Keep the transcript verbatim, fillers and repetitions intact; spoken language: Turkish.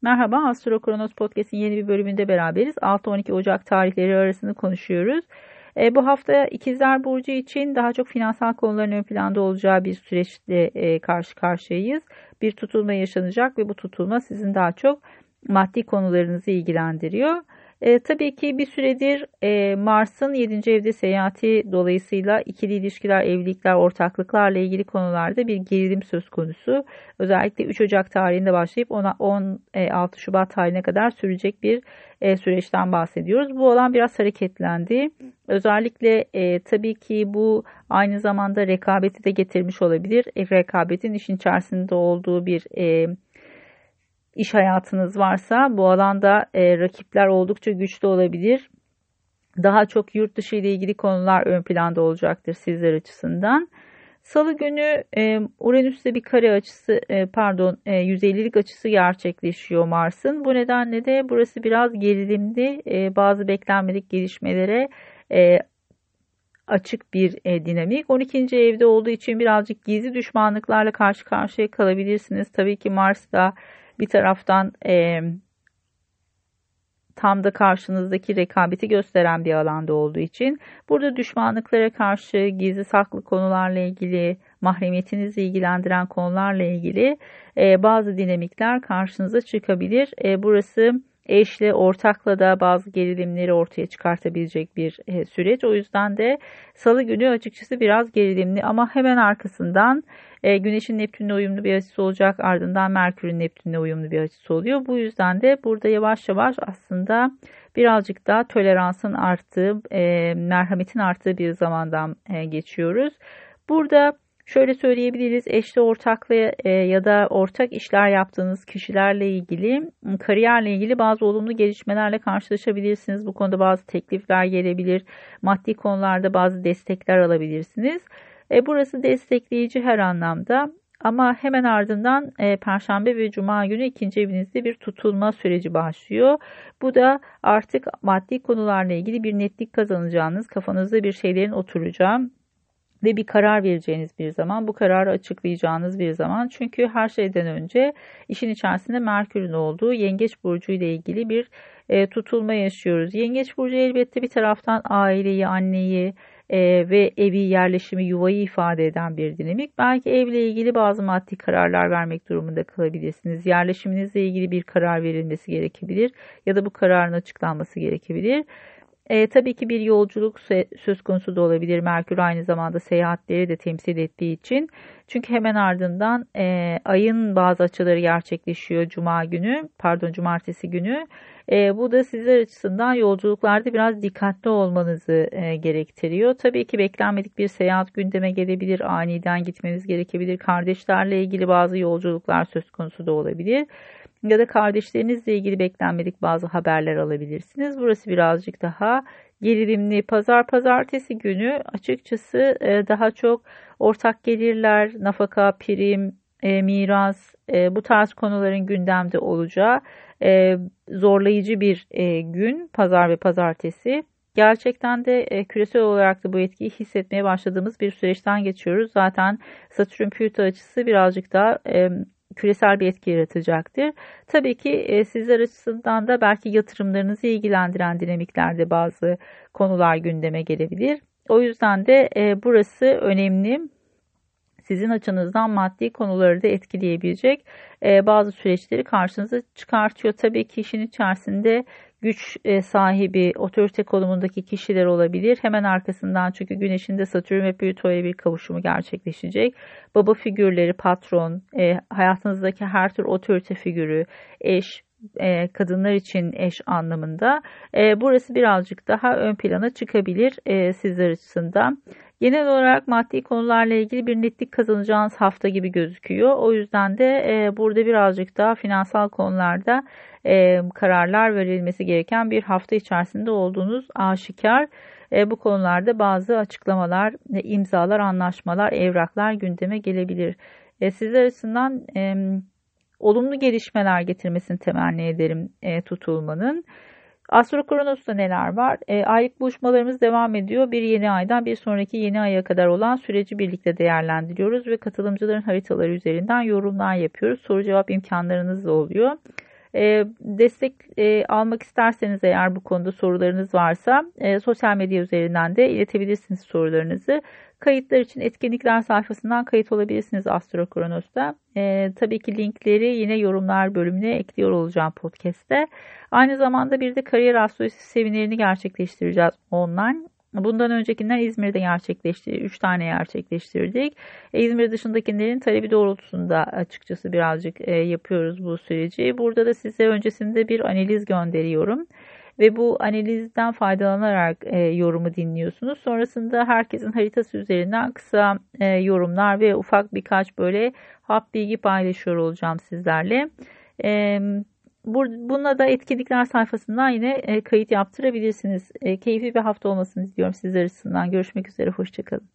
Merhaba, Astro Kronos Podcast'in yeni bir bölümünde beraberiz. altı on iki Ocak tarihleri arasını konuşuyoruz. E, bu hafta İkizler Burcu için daha çok finansal konuların ön planda olacağı bir süreçle e, karşı karşıyayız. Bir tutulma yaşanacak ve bu tutulma sizin daha çok maddi konularınızı ilgilendiriyor. E, tabii ki bir süredir e, Mars'ın yedinci evde seyahati dolayısıyla ikili ilişkiler, evlilikler, ortaklıklarla ilgili konularda bir gerilim söz konusu. Özellikle üç Ocak tarihinde başlayıp on altı Şubat tarihine kadar sürecek bir e, süreçten bahsediyoruz. Bu alan biraz hareketlendi. Özellikle e, tabii ki bu aynı zamanda rekabeti de getirmiş olabilir. E, rekabetin işin içerisinde olduğu bir e, İş hayatınız varsa bu alanda e, rakipler oldukça güçlü olabilir. Daha çok yurt dışı ile ilgili konular ön planda olacaktır sizler açısından. Salı günü e, Uranüs'te bir kare açısı e, pardon e, yüz ellilik açısı gerçekleşiyor Mars'ın. Bu nedenle de burası biraz gerilimli, e, bazı beklenmedik gelişmelere e, açık bir e, dinamik. on ikinci evde olduğu için birazcık gizli düşmanlıklarla karşı karşıya kalabilirsiniz. Tabii ki Mars da bir taraftan e, tam da karşınızdaki rekabeti gösteren bir alanda olduğu için burada düşmanlıklara karşı gizli saklı konularla ilgili, mahremiyetinizi ilgilendiren konularla ilgili e, bazı dinamikler karşınıza çıkabilir. E, burası eşle, ortakla da bazı gerilimleri ortaya çıkartabilecek bir e, süreç. O yüzden de Salı günü açıkçası biraz gerilimli ama hemen arkasından e, Güneş'in Neptün'le uyumlu bir açısı olacak. Ardından Merkür'ün Neptün'le uyumlu bir açısı oluyor. Bu yüzden de burada yavaş yavaş aslında birazcık daha toleransın arttığı, e, merhametin arttığı bir zamandan e, geçiyoruz. Burada şöyle söyleyebiliriz, eşli ortakla e, ya da ortak işler yaptığınız kişilerle ilgili, kariyerle ilgili bazı olumlu gelişmelerle karşılaşabilirsiniz. Bu konuda bazı teklifler gelebilir, maddi konularda bazı destekler alabilirsiniz. E, burası destekleyici her anlamda. Ama hemen ardından e, Perşembe ve Cuma günü ikinci evinizde bir tutulma süreci başlıyor. Bu da artık maddi konularla ilgili bir netlik kazanacağınız, kafanızda bir şeylerin oturacağı ve bir karar vereceğiniz bir zaman, bu kararı açıklayacağınız bir zaman. Çünkü her şeyden önce işin içerisinde Merkür'ün olduğu Yengeç Burcu ile ilgili bir e, tutulma yaşıyoruz. Yengeç Burcu elbette bir taraftan aileyi, anneyi e, ve evi, yerleşimi, yuvayı ifade eden bir dinamik. Belki evle ilgili bazı maddi kararlar vermek durumunda kalabilirsiniz. Yerleşiminizle ilgili bir karar verilmesi gerekebilir ya da bu kararın açıklanması gerekebilir. E, tabii ki bir yolculuk söz konusu da olabilir. Merkür aynı zamanda seyahatleri de temsil ettiği için. Çünkü hemen ardından e, ayın bazı açıları gerçekleşiyor Cuma günü, pardon Cumartesi günü. E, bu da sizler açısından yolculuklarda biraz dikkatli olmanızı e, gerektiriyor. Tabii ki beklenmedik bir seyahat gündeme gelebilir, aniden gitmeniz gerekebilir. Kardeşlerle ilgili bazı yolculuklar söz konusu da olabilir. Ya da kardeşlerinizle ilgili beklenmedik bazı haberler alabilirsiniz. Burası birazcık daha gerilimli. Pazar pazartesi günü açıkçası daha çok ortak gelirler, nafaka, prim, miras, bu tarz konuların gündemde olacağı zorlayıcı bir gün pazar ve pazartesi. Gerçekten de küresel olarak da bu etkiyi hissetmeye başladığımız bir süreçten geçiyoruz. Zaten Satürn-Plüto açısı birazcık daha küresel bir etki yaratacaktır. Tabii ki e, sizler açısından da belki yatırımlarınızı ilgilendiren dinamiklerde bazı konular gündeme gelebilir. O yüzden de e, burası önemli. Sizin açınızdan maddi konuları da etkileyebilecek e, bazı süreçleri karşınıza çıkartıyor. Tabii ki işin içerisinde güç sahibi, otorite konumundaki kişiler olabilir. Hemen arkasından çünkü Güneş'in de Satürn ve Plüto'ya bir kavuşumu gerçekleşecek. Baba figürleri, patron, e, hayatınızdaki her tür otorite figürü, eş, e, kadınlar için eş anlamında. E, burası birazcık daha ön plana çıkabilir e, sizler açısından. Genel olarak maddi konularla ilgili bir netlik kazanacağınız hafta gibi gözüküyor. O yüzden de e, burada birazcık daha finansal konularda e, kararlar verilmesi gereken bir hafta içerisinde olduğunuz aşikar. E, bu konularda bazı açıklamalar, e, imzalar, anlaşmalar, evraklar gündeme gelebilir. E, sizler açısından e, olumlu gelişmeler getirmesini temenni ederim e, tutulmanın. Astro Kronos'ta neler var? E, aylık buluşmalarımız devam ediyor. Bir yeni aydan bir sonraki yeni aya kadar olan süreci birlikte değerlendiriyoruz ve katılımcıların haritaları üzerinden yorumlar yapıyoruz. Soru cevap imkanlarınız da oluyor. E, destek e, almak isterseniz eğer bu konuda sorularınız varsa e, sosyal medya üzerinden de iletebilirsiniz sorularınızı. Kayıtlar için etkinlikler sayfasından kayıt olabilirsiniz Astro Kronos'ta. E, tabii ki linkleri yine yorumlar bölümüne ekliyor olacağım podcast'te. Aynı zamanda bir de kariyer astrolojisi seminerini gerçekleştireceğiz online. Bundan öncekinden İzmir'de gerçekleştirdik. üç tane gerçekleştirdik. E, İzmir dışındakilerin talebi doğrultusunda açıkçası birazcık e, yapıyoruz bu süreci. Burada da size öncesinde bir analiz gönderiyorum. Ve bu analizden faydalanarak e, yorumu dinliyorsunuz. Sonrasında herkesin haritası üzerinden kısa e, yorumlar ve ufak birkaç böyle hap bilgi paylaşıyor olacağım sizlerle. E, Bununla da etkinlikler sayfasından yine e, kayıt yaptırabilirsiniz. E, keyifli bir hafta olmasını diliyorum sizler açısından. Görüşmek üzere, hoşçakalın.